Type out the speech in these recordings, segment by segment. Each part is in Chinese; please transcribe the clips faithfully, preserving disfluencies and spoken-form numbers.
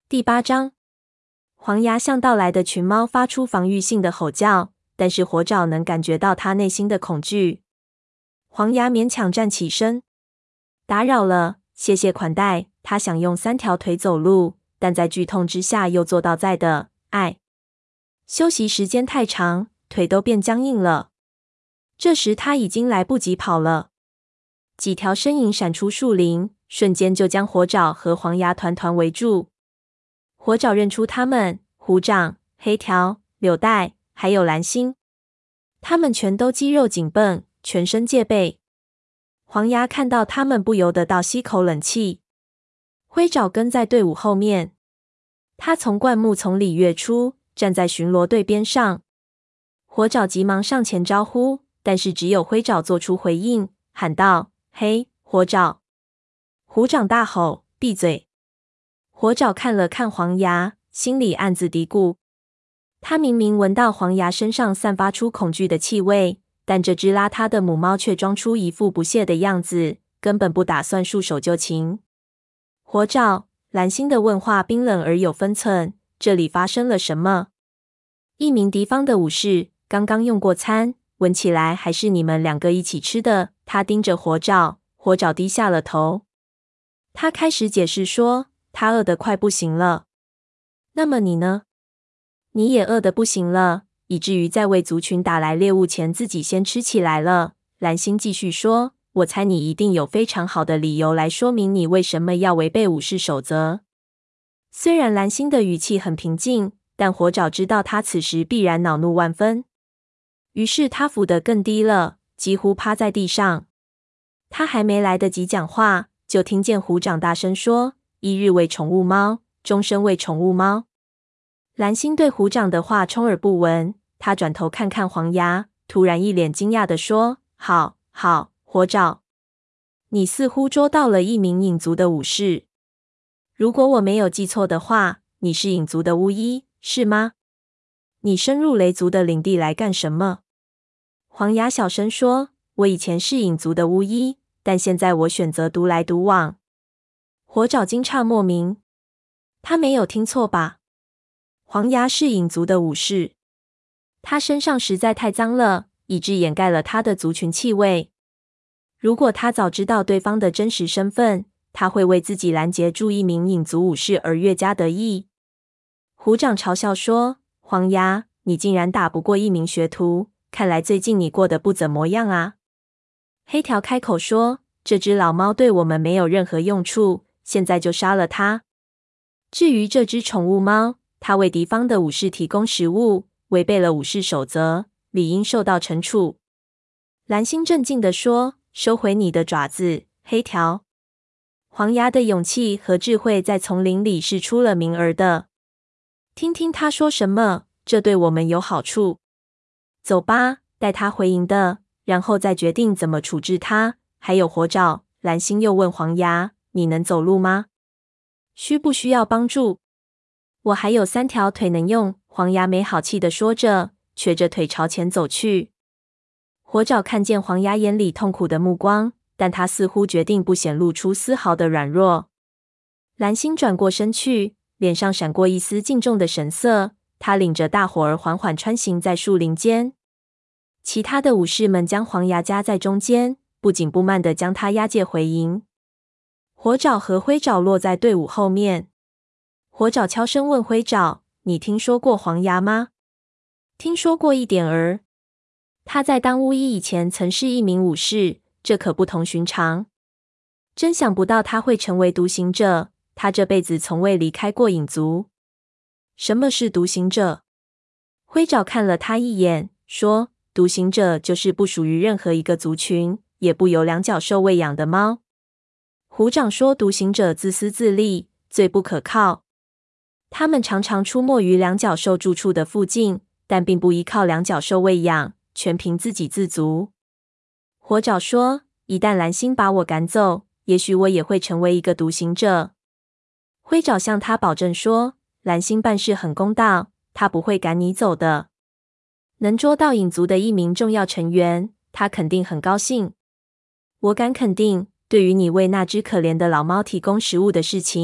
第八章，黄牙向到来的群猫发出防御性的吼叫，但是火爪能感觉到它内心的恐惧。黄牙勉强站起身，打扰了，谢谢款待。他想用三条腿走路，但在剧痛之下又做到在的，唉。休息时间太长，腿都变僵硬了。这时他已经来不及跑了。几条身影闪出树林，瞬间就将火爪和黄牙团团围住。火爪认出他们，虎掌、黑条、柳带，还有蓝星。他们全都肌肉紧绷，全身戒备。黄牙看到他们，不由得倒吸口冷气。灰爪跟在队伍后面，他从灌木丛里跃出，站在巡逻队边上。火爪急忙上前招呼，但是只有灰爪做出回应，喊道：“嘿，火爪！”虎掌大吼：“闭嘴！”火爪看了看黄牙，心里暗自嘀咕：他明明闻到黄牙身上散发出恐惧的气味，但这只邋遢的母猫却装出一副不屑的样子，根本不打算束手就擒。火爪，蓝星的问话冰冷而有分寸：“这里发生了什么？”一名敌方的武士刚刚用过餐，闻起来还是你们两个一起吃的。他盯着火爪，火爪低下了头。他开始解释说，他饿得快不行了。那么你呢？你也饿得不行了，以至于在为族群打来猎物前自己先吃起来了。蓝星继续说，我猜你一定有非常好的理由来说明你为什么要违背武士守则。虽然蓝星的语气很平静，但火爪知道他此时必然恼怒万分。于是他伏得更低了，几乎趴在地上。他还没来得及讲话，就听见虎掌大声说：“一日为宠物猫，终身为宠物猫。”蓝星对虎掌的话充耳不闻，他转头看看黄牙，突然一脸惊讶地说：“好，好，火爪，你似乎捉到了一名影族的武士。如果我没有记错的话，你是影族的巫医，是吗？你深入雷族的领地来干什么？”黄牙小声说：“我以前是影族的巫医，但现在我选择独来独往。”火爪惊诧莫名，他没有听错吧？黄牙是影族的武士，他身上实在太脏了，以致掩盖了他的族群气味。如果他早知道对方的真实身份，他会为自己拦截住一名影族武士而越加得意。虎掌嘲笑说：“黄牙，你竟然打不过一名学徒，看来最近你过得不怎么样啊。”黑条开口说：“这只老猫对我们没有任何用处，现在就杀了它。至于这只宠物猫，它为敌方的武士提供食物，违背了武士守则，理应受到惩处。”蓝星镇静地说：“收回你的爪子，黑条。”黄牙的勇气和智慧在丛林里是出了名儿的。听听他说什么，这对我们有好处。走吧，待他回营的，然后再决定怎么处置他。还有火爪，蓝星又问黄牙：“你能走路吗？需不需要帮助？”“我还有三条腿能用。”黄牙没好气地说着，瘸着腿朝前走去。火爪看见黄牙眼里痛苦的目光，但他似乎决定不显露出丝毫的软弱。蓝星转过身去，脸上闪过一丝敬重的神色。他领着大伙儿缓缓穿行在树林间。其他的武士们将黄牙夹在中间，不紧不慢地将他押解回营。火爪和灰爪落在队伍后面。火爪悄声问灰爪：“你听说过黄牙吗？”“听说过一点儿。他在当巫医以前曾是一名武士，这可不同寻常。真想不到他会成为独行者，他这辈子从未离开过影族。”“什么是独行者？”灰爪看了他一眼，说：“独行者就是不属于任何一个族群，也不由两脚兽喂养的猫。”虎掌说：“独行者自私自利，最不可靠。他们常常出没于两脚兽住处的附近，但并不依靠两脚兽喂养，全凭自给自足。”火爪说：“一旦蓝星把我赶走，也许我也会成为一个独行者。”灰爪向他保证说：“蓝星办事很公道，他不会赶你走的。能捉到影族的一名重要成员，他肯定很高兴。我敢肯定，对于你为那只可怜的老猫提供食物的事情，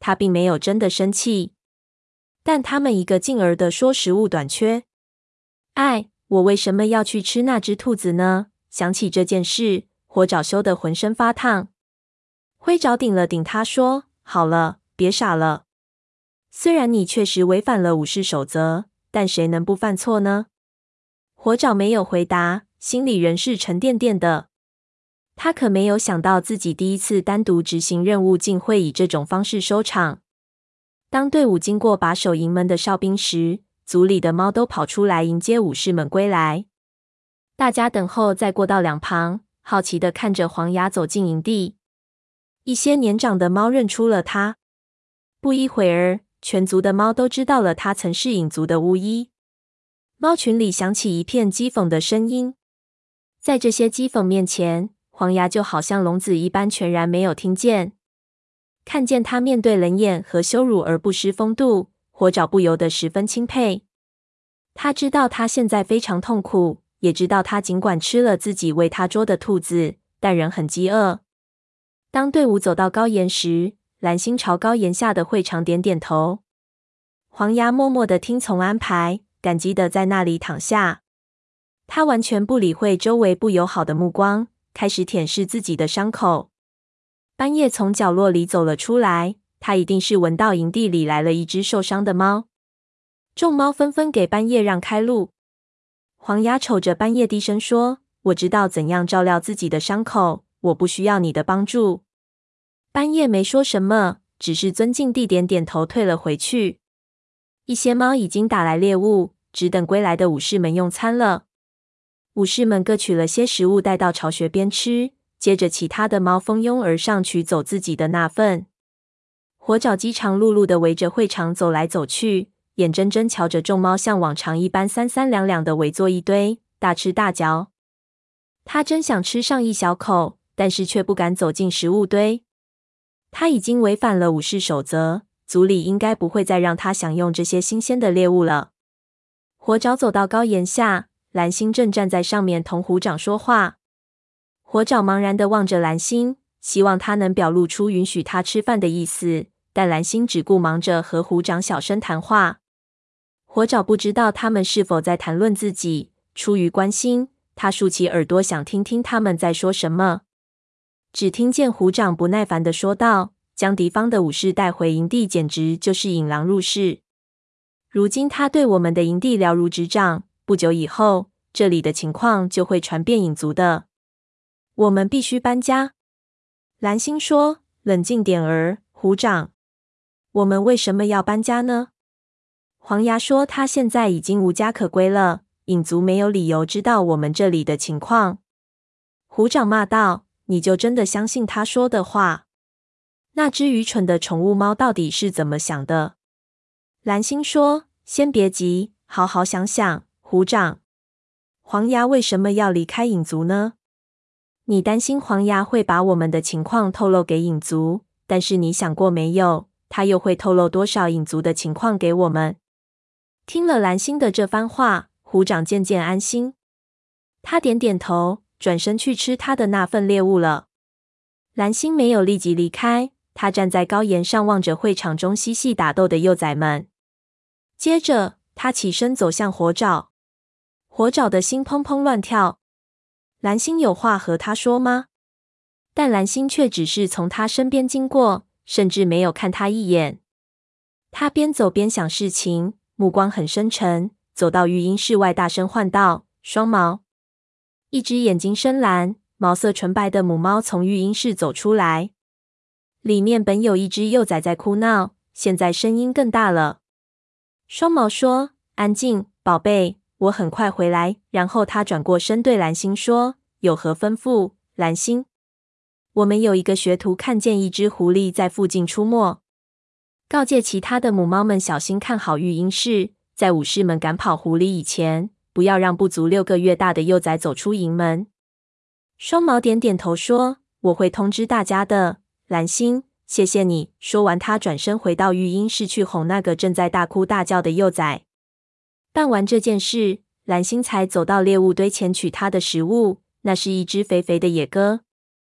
他并没有真的生气。但他们一个劲儿地说食物短缺。哎，我为什么要去吃那只兔子呢？想起这件事，火爪羞得浑身发烫。灰爪顶了顶他说：“好了，别傻了。虽然你确实违反了武士守则，但谁能不犯错呢？”火爪没有回答，心里仍是沉甸甸的。他可没有想到自己第一次单独执行任务竟会以这种方式收场。当队伍经过把守营门的哨兵时，族里的猫都跑出来迎接武士们归来。大家等候在过道两旁，好奇地看着黄牙走进营地。一些年长的猫认出了他。不一会儿，全族的猫都知道了他曾是影族的巫医。猫群里响起一片讥讽的声音。在这些讥讽面前，黄牙就好像聋子一般，全然没有听见。看见他面对冷眼和羞辱而不失风度，火爪不由得十分钦佩。他知道他现在非常痛苦，也知道他尽管吃了自己为他捉的兔子，但仍很饥饿。当队伍走到高岩时，蓝星朝高岩下的会场点点头。黄牙默默地听从安排，感激地在那里躺下。他完全不理会周围不友好的目光，开始舔舐自己的伤口。斑叶从角落里走了出来，他一定是闻到营地里来了一只受伤的猫。众猫纷纷给斑叶让开路。黄牙瞅着斑叶低声说：“我知道怎样照料自己的伤口，我不需要你的帮助。”斑叶没说什么，只是尊敬地点点头，退了回去。一些猫已经打来猎物，只等归来的武士们用餐了。武士们各取了些食物带到巢穴边吃，接着其他的猫蜂拥而上取走自己的那份。火爪饥肠辘辘地围着会场走来走去，眼睁睁瞧着众猫像往常一般三三两两地围坐一堆，大吃大嚼。他真想吃上一小口，但是却不敢走进食物堆。他已经违反了武士守则，族里应该不会再让他享用这些新鲜的猎物了。火爪走到高岩下，蓝星正站在上面同虎掌说话。火爪茫然地望着蓝星，希望他能表露出允许他吃饭的意思，但蓝星只顾忙着和虎掌小声谈话。火爪不知道他们是否在谈论自己，出于关心，他竖起耳朵想听听他们在说什么。只听见虎掌不耐烦地说道：“将敌方的武士带回营地，简直就是引狼入室。如今他对我们的营地了如指掌，不久以后，这里的情况就会传遍影族的。我们必须搬家。”蓝星说：“冷静点儿，虎掌。我们为什么要搬家呢？”黄牙说：“他现在已经无家可归了，影族没有理由知道我们这里的情况。”虎掌骂道：“你就真的相信他说的话？那只愚蠢的宠物猫到底是怎么想的？”蓝星说：“先别急，好好想想，虎掌。黄牙为什么要离开影族呢？你担心黄牙会把我们的情况透露给影族，但是你想过没有，他又会透露多少影族的情况给我们？”听了蓝星的这番话，虎掌渐渐安心。他点点头，转身去吃他的那份猎物了。蓝星没有立即离开，他站在高岩上望着会场中嬉戏打斗的幼崽们。接着，他起身走向火爪。火爪的心砰砰乱跳。蓝星有话和他说吗？但蓝星却只是从他身边经过，甚至没有看他一眼。他边走边想事情，目光很深沉，走到育婴室外，大声唤道：“双毛！”一只眼睛深蓝、毛色纯白的母猫从育婴室走出来，里面本有一只幼崽在哭闹，现在声音更大了。双毛说：“安静，宝贝，我很快回来。”然后他转过身对蓝星说：“有何吩咐，蓝星？”“我们有一个学徒看见一只狐狸在附近出没，告诫其他的母猫们小心看好育婴室，在武士们赶跑狐狸以前，不要让不足六个月大的幼崽走出营门。”双毛点点头说：“我会通知大家的，蓝星，谢谢你。”说完，他转身回到育婴室去哄那个正在大哭大叫的幼崽。办完这件事，蓝星才走到猎物堆前取他的食物，那是一只肥肥的野鸽。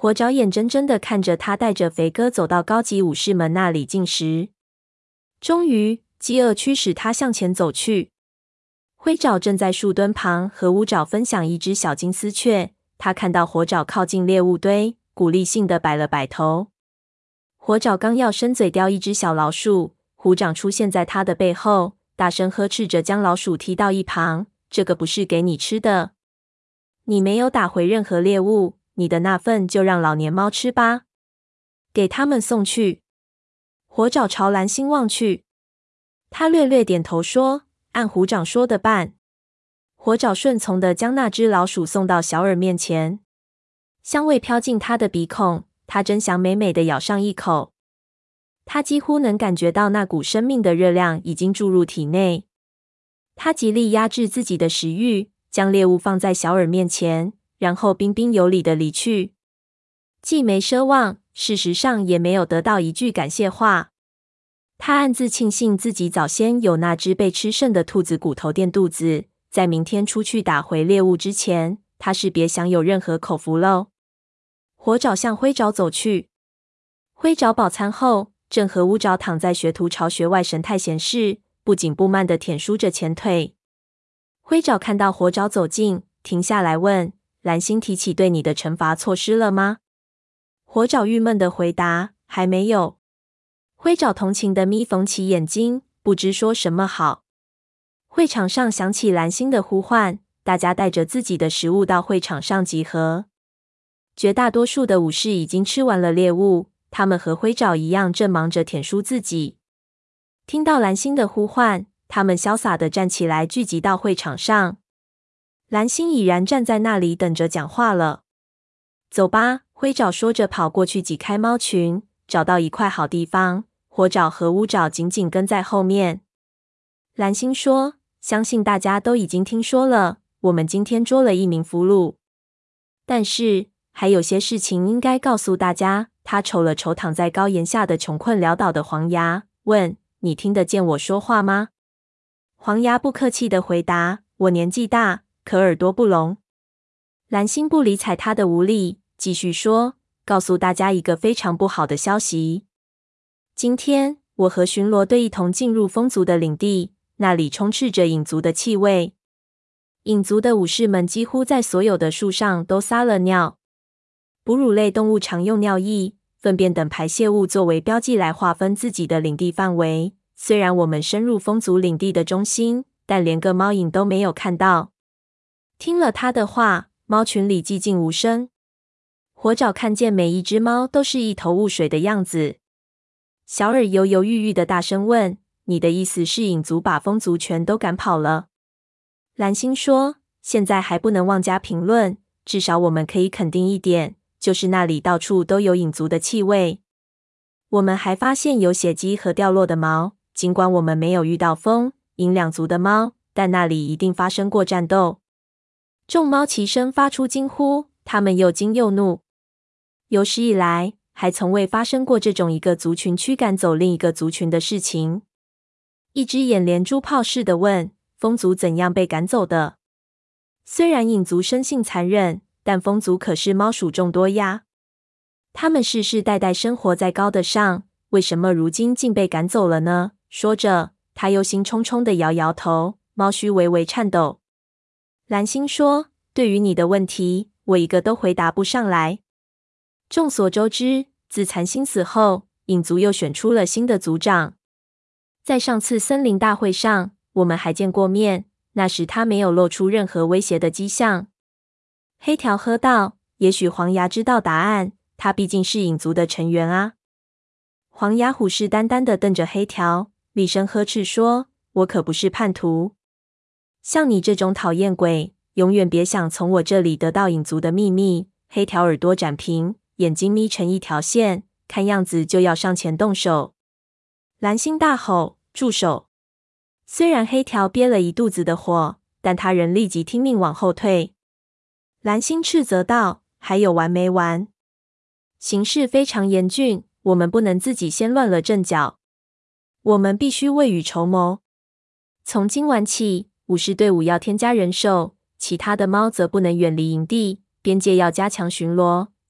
火爪眼睁睁地看着他带着肥哥走到高级武士们那里进食。终于，饥饿驱使他向前走去。灰爪正在树墩旁和乌爪分享一只小金丝雀，他看到火爪靠近猎物堆，鼓励性地摆了摆头。火爪刚要伸嘴叼一只小老鼠，虎掌出现在他的背后，大声呵斥着将老鼠踢到一旁，这个不是给你吃的。你没有打回任何猎物，你的那份就让老年猫吃吧，给他们送去。火爪朝蓝星望去，他略略点头说，按虎掌说的办。火爪顺从地将那只老鼠送到小耳面前，香味飘进他的鼻孔，他真想美美地咬上一口。他几乎能感觉到那股生命的热量已经注入体内。他极力压制自己的食欲，将猎物放在小耳面前，然后彬彬有礼地离去。既没奢望，事实上也没有得到一句感谢话。他暗自庆幸自己早先有那只被吃剩的兔子骨头垫肚子，在明天出去打回猎物之前，他是别想有任何口福喽。火爪向灰爪走去。灰爪饱餐后，正和乌爪躺在学徒巢穴外神态闲适，不紧不慢地舔梳着前腿。灰爪看到火爪走近，停下来问，蓝星提起对你的惩罚措施了吗？火爪郁闷地回答，还没有。灰爪同情地眯缝起眼睛，不知说什么好。会场上响起蓝星的呼唤，大家带着自己的食物到会场上集合。绝大多数的武士已经吃完了猎物，他们和灰爪一样正忙着舔梳自己。听到蓝星的呼唤，他们潇洒地站起来聚集到会场上。蓝星已然站在那里等着讲话了。走吧，灰爪说着跑过去挤开猫群，找到一块好地方，火爪和乌爪紧紧跟在后面。蓝星说，相信大家都已经听说了，我们今天捉了一名俘虏。但是还有些事情应该告诉大家。他瞅了瞅躺在高岩下的穷困潦倒的黄牙，问，你听得见我说话吗？黄牙不客气地回答，我年纪大，可耳朵不聋。蓝星不理睬他的无礼，继续说，告诉大家一个非常不好的消息。今天我和巡逻队一同进入风族的领地，那里充斥着影族的气味。影族的武士们几乎在所有的树上都撒了尿。哺乳类动物常用尿液、粪便等排泄物作为标记来划分自己的领地范围。虽然我们深入风族领地的中心，但连个猫影都没有看到。听了他的话，猫群里寂静无声。火爪看见每一只猫都是一头雾水的样子。小耳犹犹豫豫的大声问，你的意思是影族把风族全都赶跑了？蓝星说，现在还不能妄加评论，至少我们可以肯定一点，就是那里到处都有影族的气味。我们还发现有血迹和掉落的毛，尽管我们没有遇到风、影两族的猫，但那里一定发生过战斗。众猫齐声发出惊呼，他们又惊又怒。有史以来，还从未发生过这种一个族群驱赶走另一个族群的事情。一只眼连珠炮似的问，风族怎样被赶走的？虽然影族生性残忍，但风族可是猫鼠众多呀。他们世世代代生活在高的上，为什么如今竟被赶走了呢？说着，他忧心忡忡地摇摇头，猫须微微颤抖。蓝星说，对于你的问题，我一个都回答不上来。众所周知，自残星死后，影族又选出了新的族长。在上次森林大会上，我们还见过面，那时他没有露出任何威胁的迹象。黑条喝道，也许黄牙知道答案，他毕竟是影族的成员啊。黄牙虎视眈眈地瞪着黑条，厉声呵斥说，我可不是叛徒。像你这种讨厌鬼，永远别想从我这里得到影族的秘密。黑条耳朵展平，眼睛眯成一条线，看样子就要上前动手。蓝星大吼，住手！虽然黑条憋了一肚子的火，但他仍立即听命往后退。蓝星斥责道，还有完没完？形势非常严峻，我们不能自己先乱了阵脚，我们必须未雨绸缪。从今晚起，武士队伍要添加人手，其他的猫则不能远离营地，边界要加强巡逻，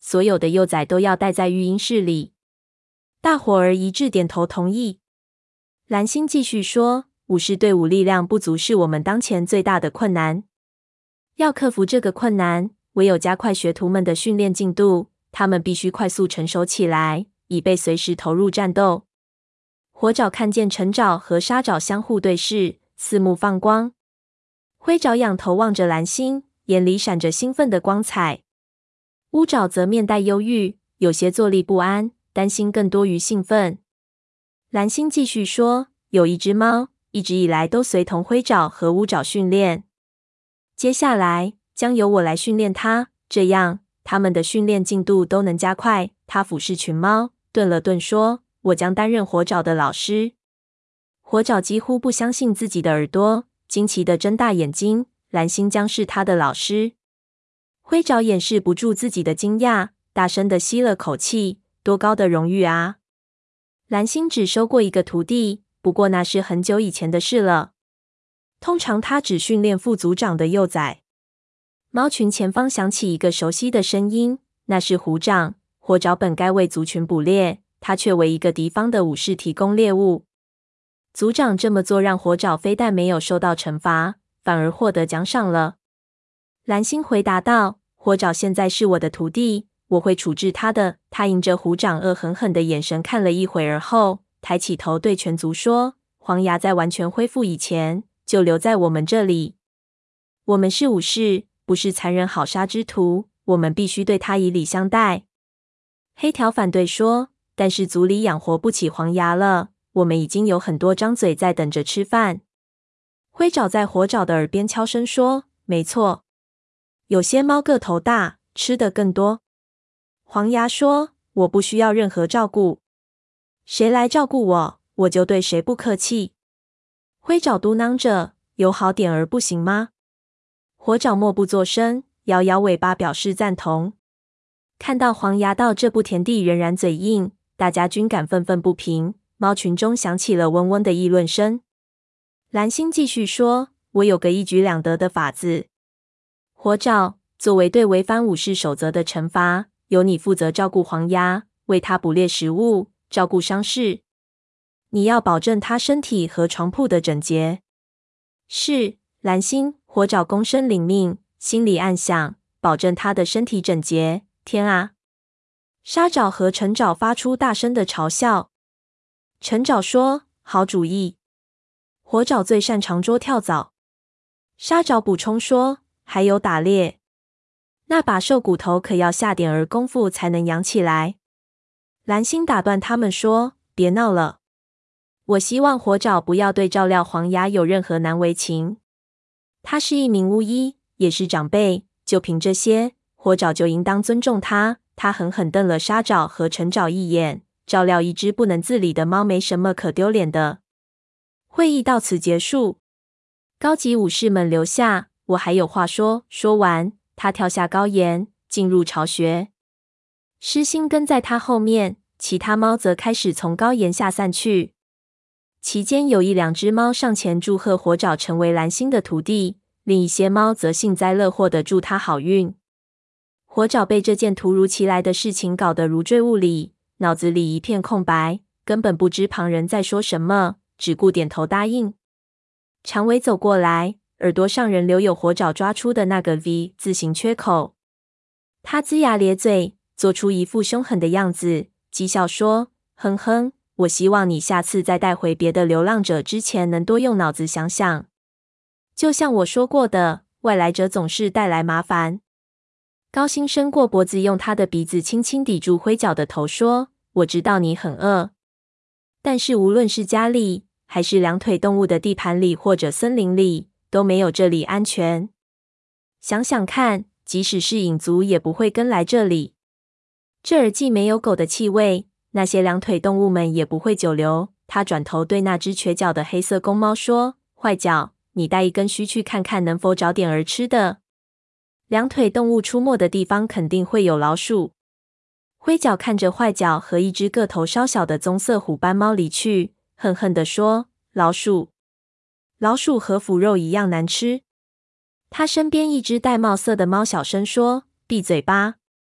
所有的幼崽都要待在育婴室里。大伙儿一致点头同意。蓝星继续说，武士队伍力量不足是我们当前最大的困难。要克服这个困难，唯有加快学徒们的训练进度，他们必须快速成熟起来，以备随时投入战斗。火爪看见橙爪和沙爪相互对视，四目放光。灰爪仰头望着蓝星，眼里闪着兴奋的光彩。乌爪则面带忧郁，有些坐立不安，担心更多于兴奋。蓝星继续说，有一只猫，一直以来都随同灰爪和乌爪训练。接下来将由我来训练它，这样它们的训练进度都能加快。他俯视群猫，顿了顿说，我将担任火爪的老师。火爪几乎不相信自己的耳朵，惊奇地睁大眼睛，蓝星将是他的老师。灰爪掩饰不住自己的惊讶，大声地吸了口气，多高的荣誉啊！蓝星只收过一个徒弟，不过那是很久以前的事了。通常他只训练副组长的幼崽。猫群前方响起一个熟悉的声音，那是虎掌。火爪本该为族群捕猎，他却为一个敌方的武士提供猎物。族长这么做让火爪非但没有受到惩罚，反而获得奖赏了。蓝星回答道，火爪现在是我的徒弟，我会处置他的。他迎着虎掌恶狠狠的眼神看了一会儿后，抬起头对全族说，黄牙在完全恢复以前就留在我们这里。我们是武士，不是残忍好杀之徒，我们必须对他以礼相待。黑条反对说，但是族里养活不起黄牙了，我们已经有很多张嘴在等着吃饭。灰爪在火爪的耳边悄声说，没错，有些猫个头大，吃得更多。黄牙说，我不需要任何照顾，谁来照顾我，我就对谁不客气。灰爪嘟囔着，友好点儿不行吗？火爪默不作声，摇摇尾巴表示赞同。看到黄牙到这步田地仍然嘴硬，大家均感愤愤不平，猫群中响起了嗡嗡的议论声。蓝星继续说，我有个一举两得的法子。火爪，作为对违反武士守则的惩罚，由你负责照顾黄牙，为他捕猎食物，照顾伤势。你要保证他身体和床铺的整洁。是，蓝星。火爪躬身领命，心里暗想，保证他的身体整洁。天啊！沙爪和橙爪发出大声的嘲笑。橙爪说，好主意。火爪最擅长捉跳蚤。沙爪补充说，还有打猎。那把瘦骨头可要下点儿功夫才能养起来。蓝星打断他们说，别闹了。我希望火爪不要对照料黄牙有任何难为情。他是一名巫医，也是长辈，就凭这些，火爪就应当尊重他。他狠狠瞪了沙爪和橙爪一眼，照料一只不能自理的猫没什么可丢脸的。会议到此结束，高级武士们留下，我还有话说。说完，他跳下高岩，进入巢穴。狮心跟在他后面，其他猫则开始从高岩下散去。期间有一两只猫上前祝贺火爪成为蓝星的徒弟，另一些猫则幸灾乐祸地祝他好运。火爪被这件突如其来的事情搞得如坠雾里，脑子里一片空白，根本不知旁人在说什么，只顾点头答应。长尾走过来，耳朵上仍留有火爪抓出的那个 V 字形缺口。他龇牙咧嘴，做出一副凶狠的样子，讥笑说，哼哼，我希望你下次再带回别的流浪者之前能多用脑子想想。就像我说过的，外来者总是带来麻烦。高星伸过脖子，用他的鼻子轻轻抵住灰脚的头，说，我知道你很饿，但是无论是家里，还是两腿动物的地盘里，或者森林里，都没有这里安全。想想看，即使是影族也不会跟来这里。这儿既没有狗的气味，那些两腿动物们也不会久留。他转头对那只瘸脚的黑色公猫说，坏脚，你带一根须去看看能否找点儿吃的。两腿动物出没的地方肯定会有老鼠。灰脚看着坏脚和一只个头稍小的棕色虎斑猫离去，恨恨地说，老鼠，老鼠和腐肉一样难吃。他身边一只玳瑁色的猫小声说，闭嘴吧。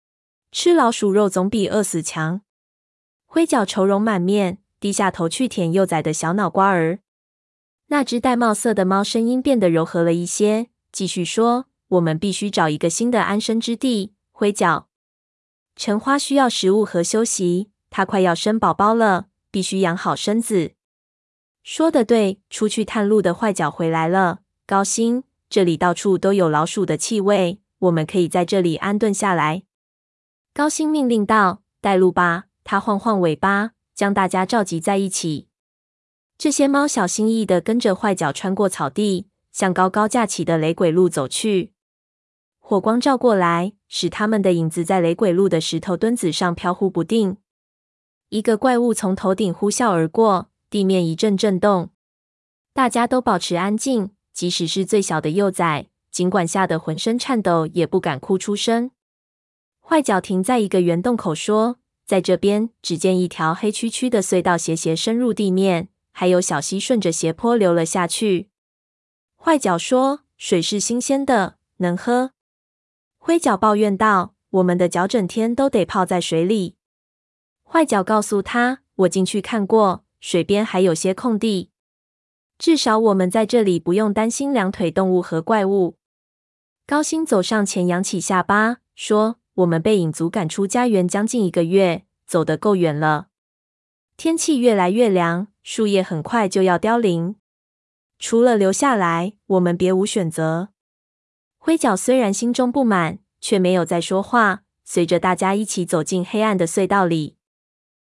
吃老鼠肉总比饿死强。灰脚愁容满面，低下头去舔幼崽的小脑瓜儿。那只玳瑁色的猫声音变得柔和了一些，继续说：“我们必须找一个新的安身之地。”灰脚，橙花需要食物和休息，它快要生宝宝了，必须养好身子。说得对，出去探路的坏脚回来了，高兴。这里到处都有老鼠的气味，我们可以在这里安顿下来。高兴命令道：“带路吧！”他晃晃尾巴，将大家召集在一起。这些猫小心翼翼地跟着坏脚穿过草地，向高高架起的雷鬼路走去。火光照过来，使它们的影子在雷鬼路的石头墩子上飘忽不定。一个怪物从头顶呼啸而过，地面一阵震动。大家都保持安静，即使是最小的幼崽，尽管吓得浑身颤抖，也不敢哭出声。坏脚停在一个圆洞口说：“在这边，只见一条黑黢黢的隧道斜斜深入地面，还有小溪顺着斜坡流了下去。”坏脚说：“水是新鲜的，能喝。”灰脚抱怨道：“我们的脚整天都得泡在水里。”坏脚告诉他：“我进去看过，水边还有些空地。至少我们在这里不用担心两腿动物和怪物。”高兴走上前，扬起下巴说：“我们被影族赶出家园将近一个月，走得够远了。天气越来越凉，树叶很快就要凋零。除了留下来，我们别无选择。”灰脚虽然心中不满，却没有再说话，随着大家一起走进黑暗的隧道里。